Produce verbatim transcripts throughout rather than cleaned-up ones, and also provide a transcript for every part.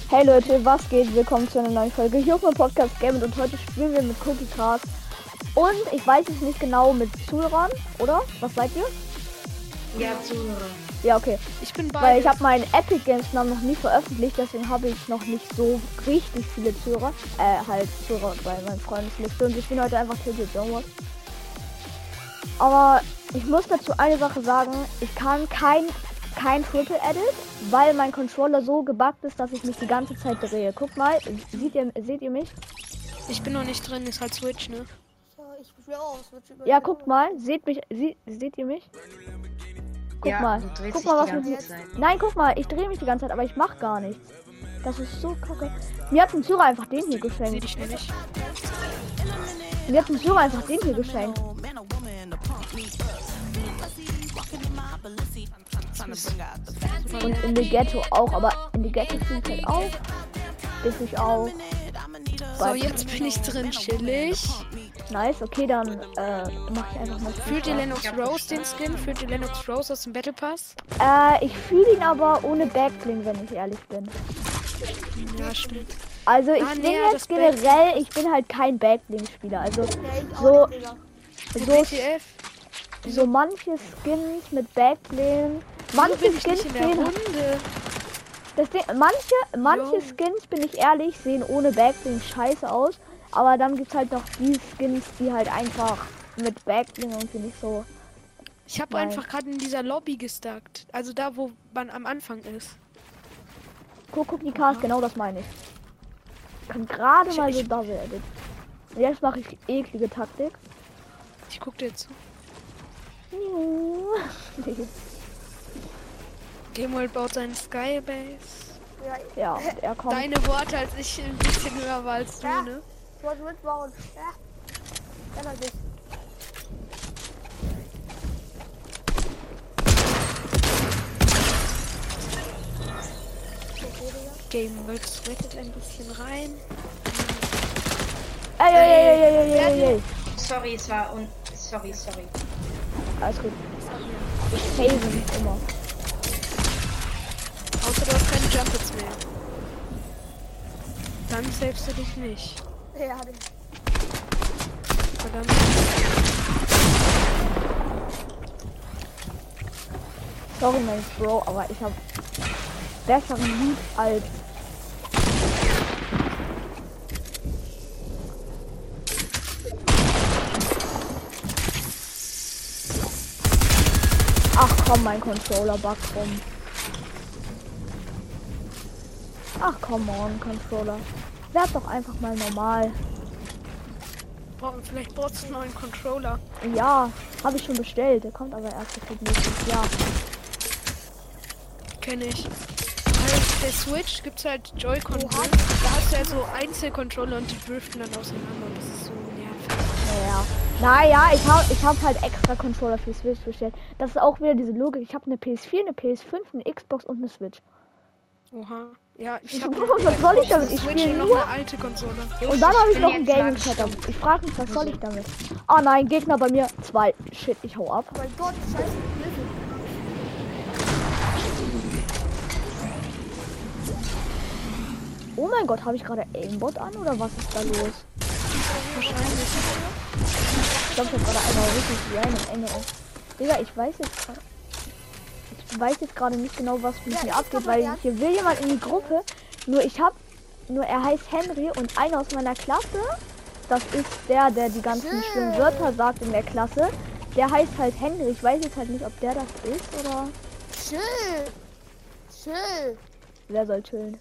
Hey Leute, was geht? Willkommen zu einer neuen Folge hier auf meinem Podcast Game und heute spielen wir mit Cookie Cast. Und ich weiß es nicht genau mit Zuhörern, oder? Was seid ihr? Ja, Zuhörer. Ja, okay. Ich bin bei. Weil ich habe meinen Epic Games Namen noch nie veröffentlicht, deswegen habe ich noch nicht so richtig viele Zuhörer. Äh, halt Zuhörer bei meinen Freundesliste und ich bin heute einfach T J Jones. Aber ich muss dazu eine Sache sagen, ich kann kein kein Triple Edit, weil mein Controller so gebuggt ist, dass ich mich die ganze Zeit drehe. Guck mal, seht ihr, seht ihr mich? Ich bin noch nicht drin, ist halt Switch, ne? Ich will auch Switch über. Ja, guckt mal, seht mich, sie, seht ihr mich? Guck ja, mal, du drehst guck dich mal, die was mit ganze mir. Zeit. Nein, guck mal, ich drehe mich die ganze Zeit, aber ich mach gar nichts. Das ist so kacke. Mir hat ein Syrer einfach den hier Seh geschenkt. dich noch nicht. Mir hat ein Syrer einfach den hier geschenkt. Und in die Ghetto auch, aber in die Ghetto fühlt halt auch. Ist ich auch. So, jetzt bin ich drin, chillig. Nice, okay, dann äh, mach ich einfach mal. Fühlt ihr Lennox Rose den Skin? Fühlt ihr Lennox Rose aus dem Battle Pass? Äh, ich fühle ihn aber ohne Backbling, wenn ich ehrlich bin. Ja, stimmt. Also ich Ah, bin nee, jetzt das Back- generell, ich bin halt kein Backbling-Spieler. Also Ja, ich auch so, nicht, Digga. So, so, W T F? so manche Skins mit Backbling. Wieso Manche bin ich Skins nicht in der sehen, Runde? das Ding, manche, manche Jo. Skins, bin ich ehrlich, sehen ohne Backbling scheiße aus. Aber dann gibt's halt noch die Skins, die halt einfach mit Backbling irgendwie nicht so. Ich habe Nein. einfach gerade in dieser Lobby gestuckt. Also da, wo man am Anfang ist. Guck, guck die Cast, genau das meine ich. Kann gerade Ich- mal so ich- Double Edit. Jetzt mache ich eklige Taktik. Ich guck dir zu. Gamewell baut seinen Skybase. Ja, ich Ja, und er kommt. Deine Worte, als ich ein bisschen höher war als du, Ja. ne? wollte mitbauen. Ja. Ja, das ist. Gamewell rettet ein bisschen rein. Ey, ey, ey, ey, ey, ey, ey, ey. Sorry, es war und sorry, sorry. Alles gut. Ich phase immer. Außer du hast keine Jumpets mehr. Dann selbst du dich nicht. Ja, den. Verdammt. Sorry, mein Bro, aber ich habe besseren Loot als. Ach komm, mein Controller buggt rum. Ach come on, Controller. Werd doch einfach mal normal. Bra- Vielleicht brauchst du einen neuen Controller. Ja, habe ich schon bestellt. Der kommt aber erst für nächstes Jahr. Kenn ich. Bei der Switch gibt's halt Joy-Con. Da hast du ja so Einzelcontroller und die driften dann auseinander. Und das ist so nervig. Naja. Naja, ich habe ich hab halt extra Controller für Switch bestellt. Das ist auch wieder diese Logik. Ich habe eine P S vier, eine P S fünf, eine Xbox und eine Switch. Oha. Ja, ich hab Was soll ich damit? Ich Switch spiele und noch nur. eine alte Konsole. Und dann habe ich bin noch ein jetzt Gaming langsam. Setup. Ich frage mich, was soll ich damit? Oh nein, Gegner bei mir. Zwei. Shit, ich hau ab. Oh mein Gott, scheiße, Hilfe. Oh mein Gott, habe ich gerade Aimbot an oder was ist da los? Wahrscheinlich. Ich glaube, ich habe gerade einmal richtig random Enge. Digga, ich weiß jetzt gerade. Ich weiß jetzt gerade nicht genau, was mit Ja, mir ist abgeht, aber weil ernst. hier will jemand in die Gruppe. Nur ich habe, nur er heißt Henry und einer aus meiner Klasse, das ist der, der die ganzen Schön. schlimmen Wörter sagt in der Klasse. Der heißt halt Henry. Ich weiß jetzt halt nicht, ob der das ist oder Chill. Chill. wer soll chillen.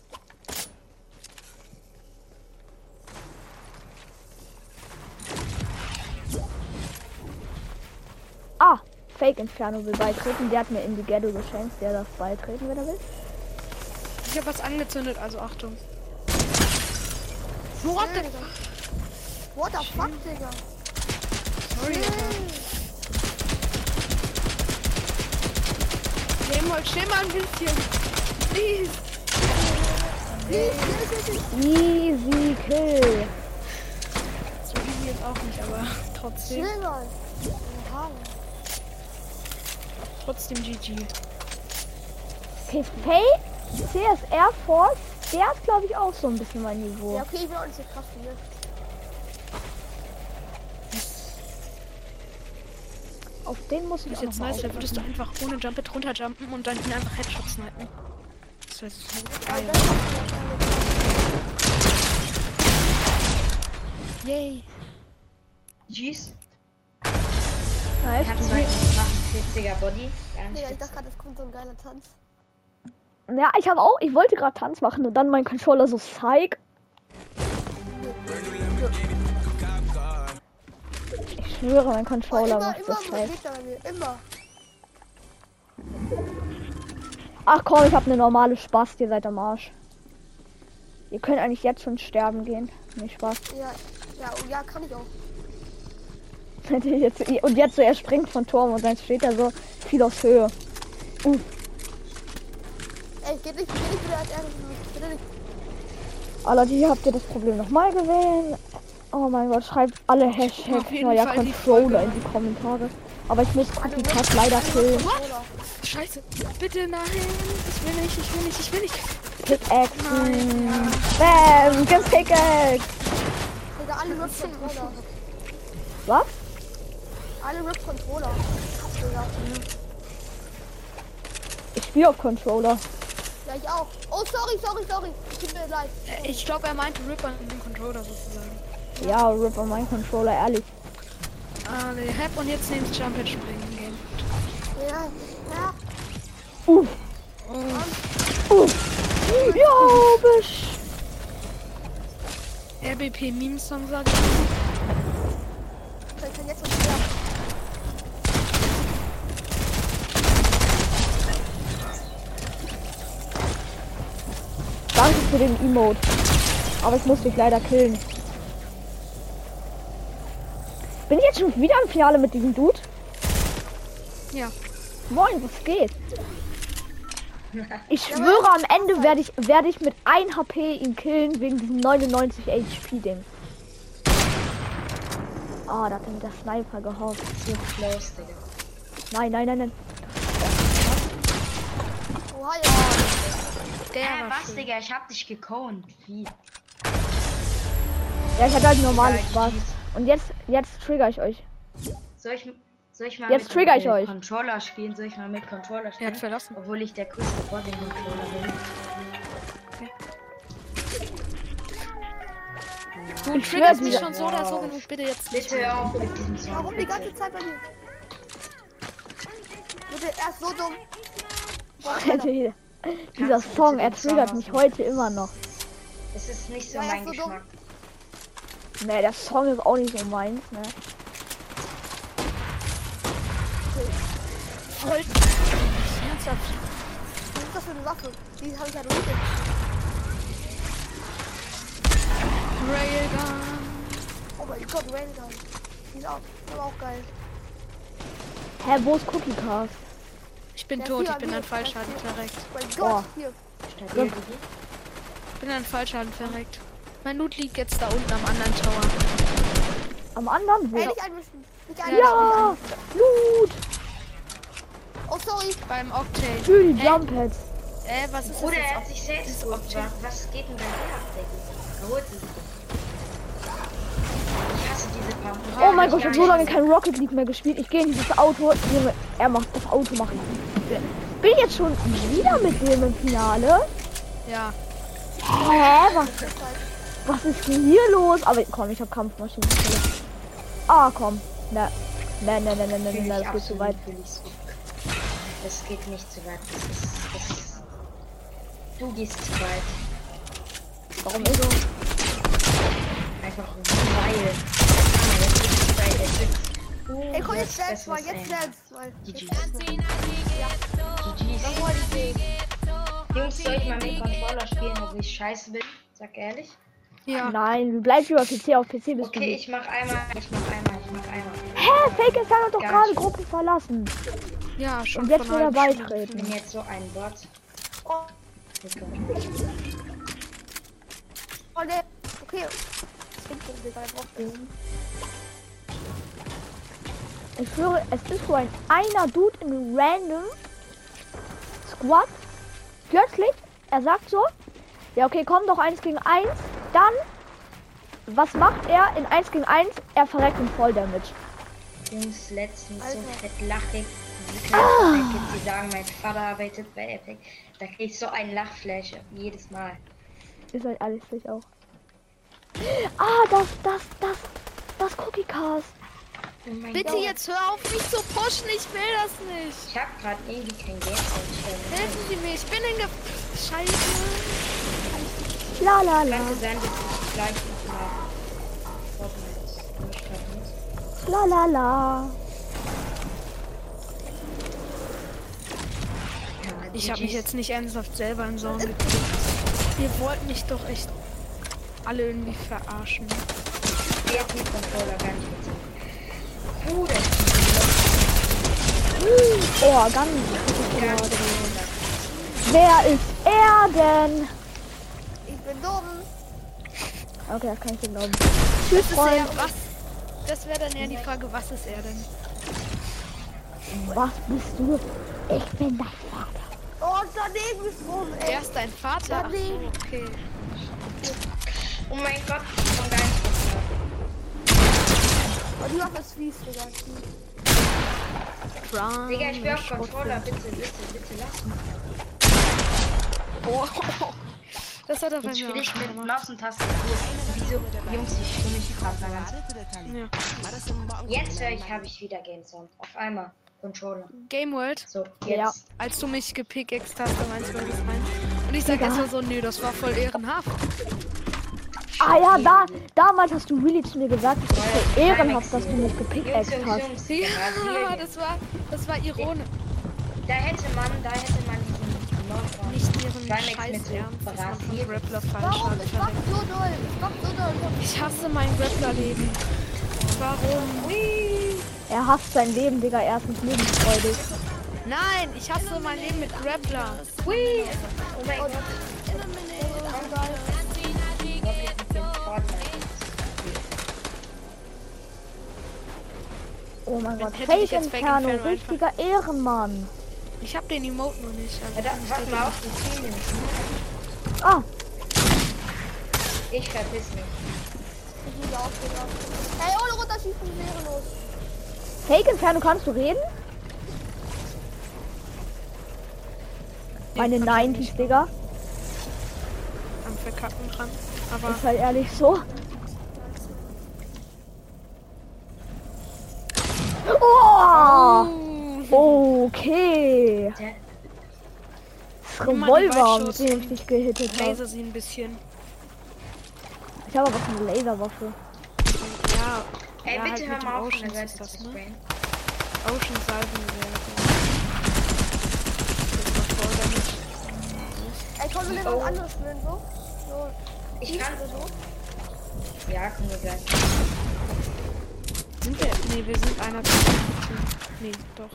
Ah, Fake Inferno will beitreten. Der hat mir in die Ghetto geschenkt. Der darf beitreten, wenn er will. Ich habe was angezündet, also Achtung. What the, What the fuck, Digga? Sorry, Chill. Nehmen wir chill mal ein bisschen. Please. Easy Kill. So easy jetzt auch nicht, aber trotzdem. Chill mal. Oha. Trotzdem G G. Okay, Faye, C S Air Force der hat, glaube ich, auch so ein bisschen mein Niveau. Ja, okay, ich bin auch nicht so krass viel. Auf den muss ich Das auch ist jetzt noch mal nice, da würdest du aufpassen. einfach ohne Jumpet runterjumpen und dann ihn einfach Headshot snipen. Das wäre so Ja, geil. das ist Yay. Jeez. Nice. Ich hab du zwei siehst- gemacht, vierziger Body. Gar nicht Digga, ich witzig. dachte gerade, es kommt so ein geiler Tanz. Ja, ich habe auch, ich wollte gerade Tanz machen und dann mein Controller so Psych. Ich schwöre, mein Oh, Controller immer, macht so immer Psych. lebt er bei mir. Immer. Ach komm, ich habe eine normale Spaß, ihr seid am Arsch. Ihr könnt eigentlich jetzt schon sterben gehen. Nicht Spaß. Ja, ja, oh, ja, kann ich auch. Jetzt- Und jetzt so, er springt von Turm und dann steht er so viel aus Höhe. Uh, Ey, geht nicht, geht nicht wieder als erstes. Bitte nicht. ah, Leute, hier habt ihr das Problem nochmal gesehen. Oh mein Gott, schreibt alle Hashtags Auf jeden neuer Fall die Controller in Folge. die Kommentare. Aber ich muss Cookie Cut leider killen. Oder? Scheiße. Bitte nein. Ich will nicht, ich will nicht, ich will nicht. Pickaxe. Bam, gibt's Pickaxe. Digga, alle Rip Controller. Was? Alle Rip Controller. Digga. Ich spiele auf Controller. Ja, ich auch. Oh, sorry, sorry, sorry. Tut mir leid. Ich glaube, er meinte Ripper in dem Controller sozusagen. Ja, Ripper mein Controller, ehrlich. Ah, nee, hab und jetzt nehmt Jumpet springen gehen. Ja, ja. Uff. Uff. Jo, bisch. R B P Meme Song sag ich. Ich kann jetzt schon sterben. Danke für den Emote. Aber ich muss dich leider killen. Bin ich jetzt schon wieder im Finale mit diesem Dude? Ja. Moin, was geht? Ich schwöre, am Ende werde ich, werde ich mit ein H P ihn killen wegen diesem neunundneunzig H P-Ding. Ah, da hat er mit der Sniper gehauen. Zu close, Digga. Nein, nein, nein, nein. Oha, ja. Der Hä, war was, schön. Digga? Ich hab dich gekonnt. Wie? Ja, ich hatte halt normalen Geil, Spaß. Jeez. Und jetzt, jetzt trigger ich euch. Soll ich, soll ich mal Jetzt mit trigger ich äh, euch. Controller spielen? Soll ich mal mit Controller Er spielen? hat verlassen. Obwohl ich der größte vor dem Controller bin. Du Ich schwör triggerst mich dir. schon so oder so genug. Bitte jetzt. Bitte hör auf mit diesem Song. Warum die bitte. ganze Zeit bei mir? Bitte, er ist so dumm. Boah, Dieser Kannst du Song, bitte er den Song triggert mich ausmachen? heute immer noch. Es ist nicht so Ja, er mein ist so dumm. Geschmack. Ne, der Song ist auch nicht so meins, ne? Voll. Ernsthaft. Was ist das für eine Waffe? Die habe ich ja durch. Railgun. Oh mein Gott, Railgun. Die ist auch, aber auch geil. Hä, wo ist Cookie Cast? Ich bin Der tot, hier, ich bin hier, an Fallschaden der hier. verreckt. Mein Boah. Gott, hier. Stabil, Digi. Ich bin an Fallschaden verreckt. Mein Loot liegt jetzt da unten am anderen Tower. Am anderen? Wo? Ey, nicht einmischen. Nicht einmischen. Ja! Loot! Oh, sorry. Beim Octane. Für die Hä? Jump Pads. Äh, was ist Bruder, das er jetzt? hat sich selbst gut gemacht. Was geht denn bei dir ab, Digga? Er holt sie. Ich hasse diese Pump. Oh mein Gott, ich habe so lange kein Rocket League mehr gespielt. Ich gehe in dieses Auto. Junge, er macht das Auto machen. Bin ich jetzt schon wieder mit dem im Finale? Ja. Hä? Was, was ist denn hier los? Aber komm, ich habe Kampfmaschinen. Ah, komm. Ne. Ne, ne, ne, ne, ne, Fühl ne, ich das geht zu absolut, weit. fühl ich so. Das geht nicht zu weit. Das ist, das ist... Du gehst zu weit. Warum ist so? Einfach weil. Ah, jetzt geht's zu weit. Jetzt wird's... Uh, Ey, komm, jetzt jetzt dance mal, besseres jetzt Aim. dance mal. G Gs. Das G Gs. wollte ich sehen. Jungs, soll ich mal mit Controller spielen, obwohl ich scheiße bin? Sag ehrlich. Ja. Nein, du bleibst über P C. Auf P C bist Okay, du ich mach einmal, ich mach einmal, ich mach einmal. Hä? Fake ist hat doch Gar gerade nicht. Gruppen verlassen. Ja, schon Und jetzt von will er einer halben Ich beitreten. bin jetzt so ein Bot. Oh, oh ne. Okay. Zwingt den Digga, der braucht den. Ich schwöre, es ist so ein einer Dude in random Squad. Plötzlich, er sagt so, Ja, okay, komm doch eins gegen eins. Dann, was macht er in eins gegen eins? Er verreckt in Voll Damage. Jungs, letztens so Alter. fett lachig. Die kleinen Kids, die sagen, mein Vater arbeitet bei Epic. Da krieg ich so einen Lachflash jedes Mal. Ist halt alles sich auch. Ah, das, das, das, das Cookie Cast. Oh mein Bitte Gott. jetzt hör auf mich zu pushen, ich will das nicht. Ich hab grad irgendwie kein Geld einstellen. Helfen Sie mir, ich bin in der Scheiße. La la la. Könnte sein, dass ich gleich nochmal Fortnite durchstarten muss. La la la. Ja, Ich habe mich G Gs. jetzt nicht ernsthaft selber in Sorgen gekriegt. Ihr wollt mich doch echt alle irgendwie verarschen. Jetzt mit Controller gar nicht mit. Bruder, Oh, ganz. Wer ist er denn? Ich bin dumm. Okay, das kann ich dir glauben. Tschüss, Das ist Freund. ja, was? Das wäre dann eher die Frage, was ist er denn? Was bist du? Ich bin dein Vater. Oh, daneben gesprungen, ey. Er ist dein Vater? Ach so, Daneben. okay. oh mein Gott, ich komm gar nicht mehr. Und die Waffe ist fies, Digga. Crown, Digga, ich bin auf Schrotflinte. Controller, bitte, bitte, bitte lass mich. Oh, das hat er bei Jetzt mir spiele auch ich schon mit gemacht. Maus und Tastatur. Wieso, Jungs, ich spiele mich Partner ganz. Ja. Jetzt höre ich, habe ich wieder Game Sound. Auf einmal. Controller. Game World, So, Ja. jetzt. als du mich gepickaxt hast, da meinst du das rein. Und ich sag Digga. erstmal so, nö, das war voll ehrenhaft. Ah ja, da, damals hast du really zu mir gesagt, es ist voll ehrenhaft, dass du mich Jungs, gepickaxt Jungs, hast. Jungs. Ja, Ja, das war, das war ironisch. Da hätte man, da hätte man diesen Nordrhein. Nicht ihren Trimax Scheiß mit so Ernst, dass man von Brasil. Grappler falsch Warum? hat. Ich mach so doll. Ich mach so doll. Ich hasse mein Grappler-Leben. Warum? Er hasst sein Leben, Digga, er ist nicht lebensfreudig. Nein, ich hasse mein Leben mit Grappler. Hui! Oh mein Gott. Oh mein Gott, hätte ich Fake jetzt Fake Inferno, Inferno richtiger Ehrenmann. Ich hab den Emote noch nicht. Also Ja, da, kann ich pass da mal den- auf, die Ziele. Ah, Ich verpiss mich. Ich liege auf, Digga. Ey, ohne runterschießen, ehrenlos. Fake Inferno, kannst du reden? Meine kann ich neunzig, nicht. Digga. Am Verkacken dran. Aber Ist halt ehrlich so. Oh! Okay. Der, Das Nimm mal die Revolver, mit Weitschuss. dem ich dich gehittet habe. laser sie ein bisschen. Ich habe aber keine Laserwaffe. Ja, ey, ja, bitte halt hör mit mal dem auf, von der Oceans Seite ist zu das, ne? sprayen. Ocean Salven wäre das war voll damit. Ey, komm, wir nehmen Oh. was anderes spielen, so. So. Ich Tief kann. oder so. Ja, können wir gleich. Sind wir? Nee, wir sind einer zu Nee, doch.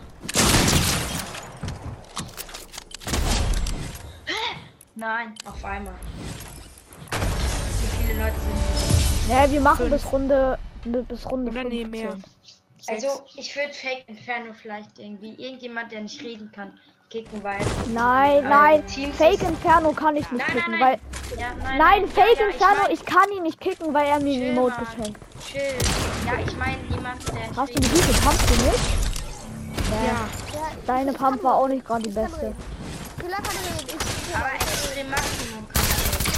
Nein, auf einmal. Wie viele Leute sind Naja, wir machen Fünf. bis Runde, bis Runde Oder nee, fünfzehn. mehr. hier? Also, ich würde Fake Inferno vielleicht irgendwie irgendjemand, der nicht reden kann, kicken, weil. Nein, äh, nein, Teams Fake ist- Inferno kann ich nicht Nein, kicken, nein, weil... nein. Ja, nein, Nein, ja, Fake ja, Inferno, ich, mein, ich kann ihn nicht kicken, weil er mir Chill, den Emote Mann. geschenkt. Chill. Ja, ich meine jemand, der nicht Hast du reden die Gute, kannst du nicht? Ja. Ja, ich- Deine ich Pump kann war auch reden. nicht gerade die Ich kann beste. reden. Killer kann reden. Ich, kann. Aber extrem Maximum kann er reden.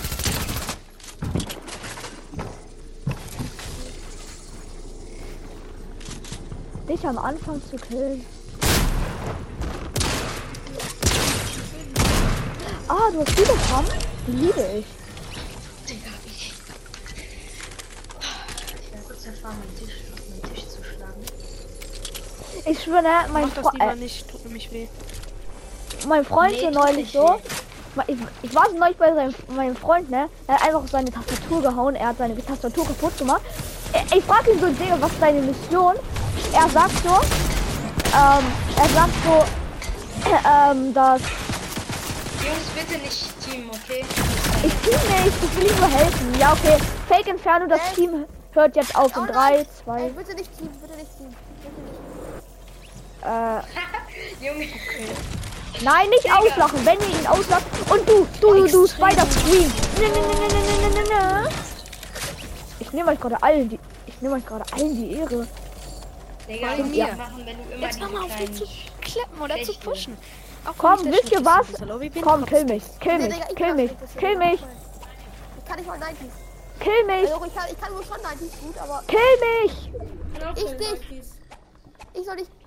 Dich am Anfang zu killen. Ah, du hast viele Pump? Die liebe ich. Digga, ich. Ich werde kurz erfahren, meinen Tisch auf den Tisch zu schlagen. Ich schwöre, ne, mein, Mach das Fre lieber äh, nicht, tut nämlich weh. mein Freund Nee, hier tut neulich nicht so. weh. Ich, ich war so neulich bei seinem, meinem Freund, ne? Er hat einfach auf seine Tastatur gehauen. Er hat seine Tastatur kaputt gemacht. Ich, ich frage ihn so, Digga, was ist deine Mission? Er sagt so, ähm, er sagt so, ähm, dass Jungs, bitte nicht Team, okay? ich team nicht, ich will ihm nur helfen. Ja, okay. Fake Inferno, das Team hört jetzt auf in Oh drei, nein. zwei, Ey, bitte nicht Team, bitte nicht Team. Bitte nicht. äh, Junge. Nein, nicht Digga. auslachen. Wenn ihr ihn auslacht und du, du, du, du, Spider-Queen. Ne, ne, ne, ne, ne, ne, ne, ne. Ich nehme euch gerade allen die, ich nehme euch gerade allen die Ehre. Digga, Bei ich mir. muss machen, wenn du immer Jetzt diese mach mal auf, die zu kleinen... klappen oder zu Schwäche. pushen. Auch wenn Komm, ich der wisst ihr was? Schlechteste in dieser Lobby bin, Komm, kill trotzdem. mich, kill Nee, mich, Digga, ich kill mach mich, nicht, das kill ist mich, Ich kann nicht mal neunzig. kill mich, Also ich kann, ich kann wohl schon neunzig gut, aber kill mich. ich dich. Ich soll nicht.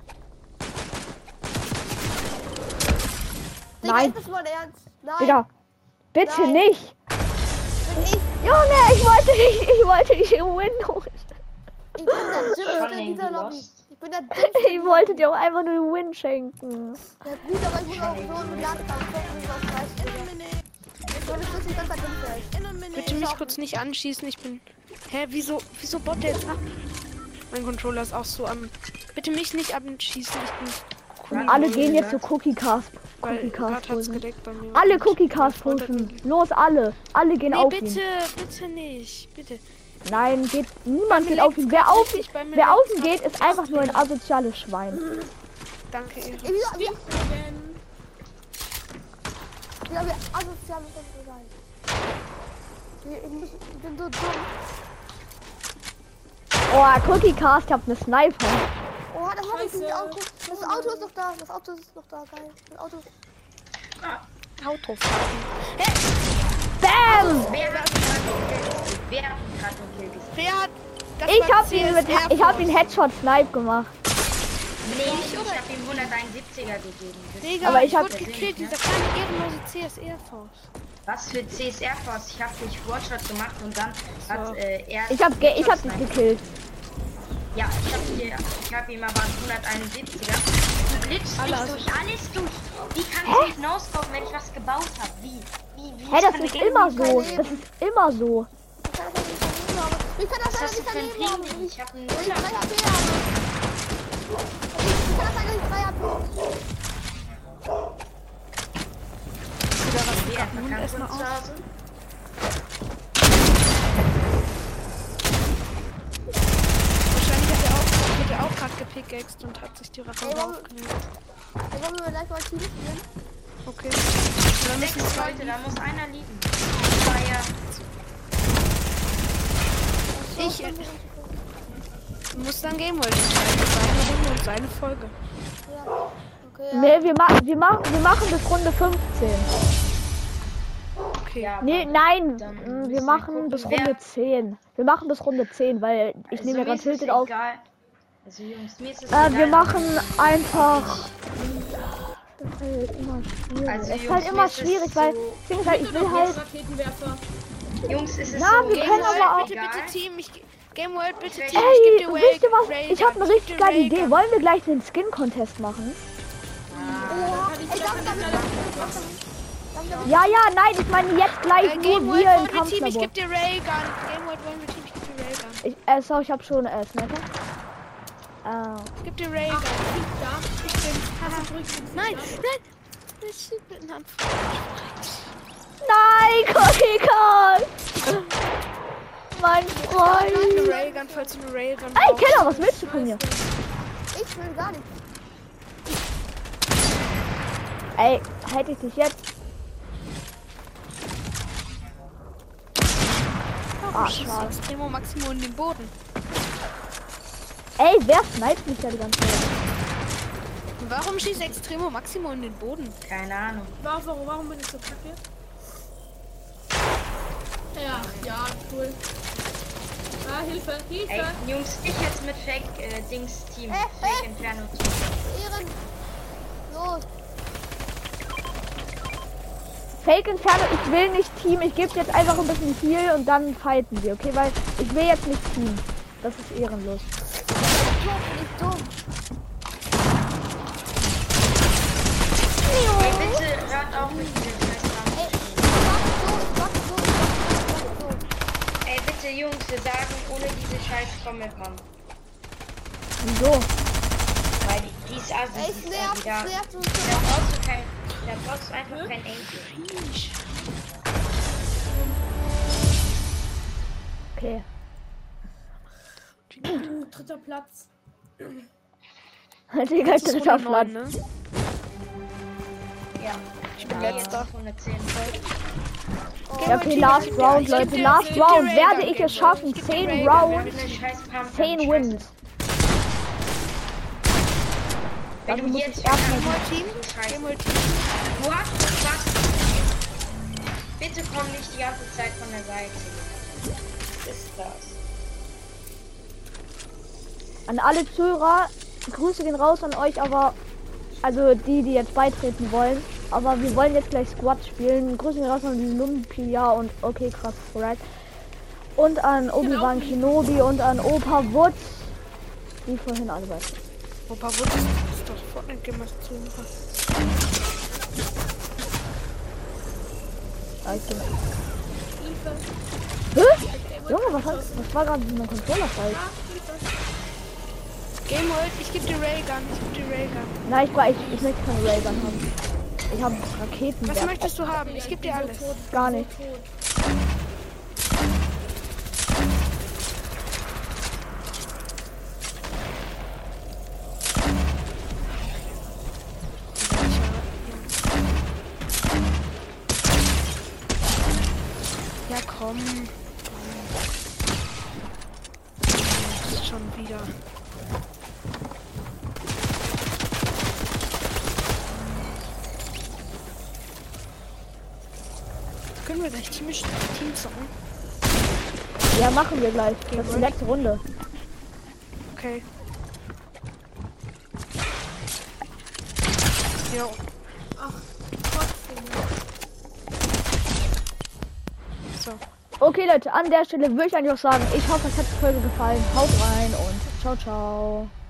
Digga, Nein. ist das mal ernst? Nein. Digga, bitte Nein. nicht. Bin ich. Junge, ich wollte nicht, ich wollte nicht im Windows. Ich bin der Dümmste in Conny, dieser du Lobby. lost. Ich bin der Dümmste. Ich wollte dir auch einfach nur einen Win schenken. Ja gut, aber ich muss auch so einen Landkampf gucken, wie was weiß. Ich habe jetzt nicht ganz der Bitte mich kurz nicht anschießen, ich bin... Hä, wieso, wieso baut der jetzt ab? Mein Controller ist auch so am... Bitte mich nicht anschießen, ich bin... Alle gehen jetzt zu Cookie Cast. Weil Cookie gerade Cast hat's pushen. gedeckt bei mir. Alle Cookie Cast pushen. Los, alle. Alle gehen Nee, auf bitte, ihn. bitte nicht, bitte. Nein, geht, niemand mir geht auf leckt's ihn. Wer grad auf ihn, richtig, bei mir wer auf leckt's ihn geht, ist einfach nur ein asoziales Schwein. Danke, Erik. Wie, wie, wie, wie asozial muss das so sein? Wir- Ich, muss, ich bin so dumm. Oh, Cookie Cast, ich hab eine Sniper. Oh, das habe ich nicht Auto. Das Auto ist noch da. Das Auto ist noch da. Geil. Das Auto ist. Autofahren. Bam! Wer hat gerade gekillt? Wer hat gerade gekillt? Wer hat... Das Ich war hab ihn mit, C S R ich hab ihn Force. Headshot Snipe gemacht. Nee, ich hab ihm hunderteinundsiebziger gegeben. Das Digga, Aber ich, ich hab- wurde gekillt, dieser kleine ehrenlose C S R Force. Was für C S R Force? Ich hab dich One-Shot gemacht und dann hat äh, er... Ich hab, ge ich hab dich Headshot gekillt. Ja, ich hab, dir, ich hab ihm aber einen hunderteinundsiebziger. Du glitschst Alles. nicht durch alles durch. Wie kann ich mich hinauskommen, wenn ich was gebaut habe? Wie? Wie? Wie? Hä, das kann ist dagegen immer nicht so. überleben? Das ist immer so. Ich kann das nicht daneben haben. Wie kann das Was sein, hast dass du ich für einen daneben habe? Ping? Ich hab einen Wenn ich Nuller. drei H P habe. Wie kann das sein, dass ich drei H P habe? Wer verkackt erst mal uns zu Hause? Wahrscheinlich hat er auch, hat er auch gerade gepickaxed und hat sich die Rache Ey, warum- aufgenommen. Dann wollen wir gleich mal Team spielen. Okay. Dann müssen Sechs zwei Leute, da muss einer liegen. Zweier. Ich äh, muss dann Game World entscheiden. Seine Runde und seine Folge. Ja. Okay, ja. Nee, wir, ma wir, machen, wir machen bis Runde fünfzehn. Okay. Ja, Nee, aber nein, dann mm, müssen wir wir machen gucken, bis wer- Runde zehn. Wir machen bis Runde zehn, weil ich nehme ja mir gerade ist es Tilted auf. egal. Also Jungs, mir ist es Äh, egal. wir machen einfach. Das ist halt immer schwierig. Also, es ist Jungs, halt mir immer ist es schwierig, weil so- ich, denke halt, ich will halt. Raketenwerfer. Jungs, ist es Na, so wir können egal, aber auch- Bitte, egal. bitte Team, ich Game World, bitte Ey, Team, ich geb Ey, dir Ray, wisst ihr was? Ray Ich habe Gun, eine richtig geb dir geile Ray Idee. Gun. Wollen wir gleich einen Skin-Contest machen? Ja. Ey, darf ich damit? Darf ich damit? Ja, ja, nein, ich meine jetzt gleich Äh, nur Game World, wir im wollen wir Team, ich Kampflabor. geb dir Ray Gun. Game World, wollen wir Team, ich geb dir Ray Gun. Ich, äh, sorry, ich habe schon äh, Sniper. Ah. Ich geb dir Ray Gun. Da, ich bin. Haha, drückt Nein, nein. Ich bin an. Nein, Cookie Call! Mein Freund! Railgun, falls du eine Railgun Ey, brauchst. Keller, was willst du von mir? Ich will gar nicht. Ey, hätte ich dich jetzt. Warum Ah, schießt schade. Extremo Maximo in den Boden? Ey, wer sniped mich da die ganze Zeit? Warum schießt Extremo Maximo in den Boden? Keine Ahnung. Warum, warum bin ich so kacke? Ja, ja, cool. Ah, Hilfe, Hilfe! Ey, Jungs, ich jetzt mit Fake äh, Dings Team. Äh, Fake äh. Inferno Team. Ehren. Los. Fake Inferno, ich will nicht Team. Ich gebe jetzt einfach ein bisschen Heal und dann fighten wir, okay? Weil ich will jetzt nicht Team. Das ist ehrenlos. Nicht dumm. Ey, bitte hört auf mit diesem Scheiß. Ey, ich mach so, ich mach so, ich mach so, ich mach so. Ey, bitte Jungs, wir sagen ohne diese scheiß Trommelpump. Wieso? Weil die, die ist also Ey, die es ist nervt, also da, es nervt uns da so. brauchst du kein, da brauchst du einfach kein Angel. Okay. Dritter Platz. Digga, Das ist dritter Runde Platz. neun, ne? Ja. Ich bin Ja, letzter. jetzt hundertzehn. Ja, okay, last Round, Ja, ich Leute. geb dir- Last ich geb dir Round. Raygun, Werde ich Game es Boy. schaffen? Ich geb dir zehn Raygun, Rounds, Eine scheiß Pump. zehn Wins. Wenn Dafür du muss jetzt ich erstmal Game Boy Team. du Scheiße. Game Boy Team. Du hast was. Bitte komm nicht die ganze Zeit von der Seite. Was ist das? An alle Zuhörer, Grüße gehen raus an euch, aber also die, die jetzt beitreten wollen. Aber wir wollen jetzt gleich Squad spielen. Grüße gehen raus an die Lumpia und okay, krass, right. Und an Obi-Wan Kenobi und an Opa Wutz. Die vorhin alle bei. Opa Wutz ist doch Fortnite gemacht zu. Ah, ich bin- Hilfe. Hä? Junge, was, hat, was war gerade mit meinem Controller falsch? Ah, Hilfe. Game Boy, ich geb dir Raygun. Ich geb dir Raygun. Nein, ich, war- ich, ich möchte keine Raygun haben. Ich habe Raketen. Was möchtest du haben? Ich geb dir alles. Gar nicht. Ja, komm. Das ist schon wieder. Können wir gleich Team, Team zocken? Ja, machen wir gleich. Das ist die letzte Runde. Okay. Ja. Trotzdem. So. Okay, Leute, an der Stelle würde ich eigentlich auch sagen, ich hoffe, es hat die Folge gefallen. Haut rein und ciao, ciao.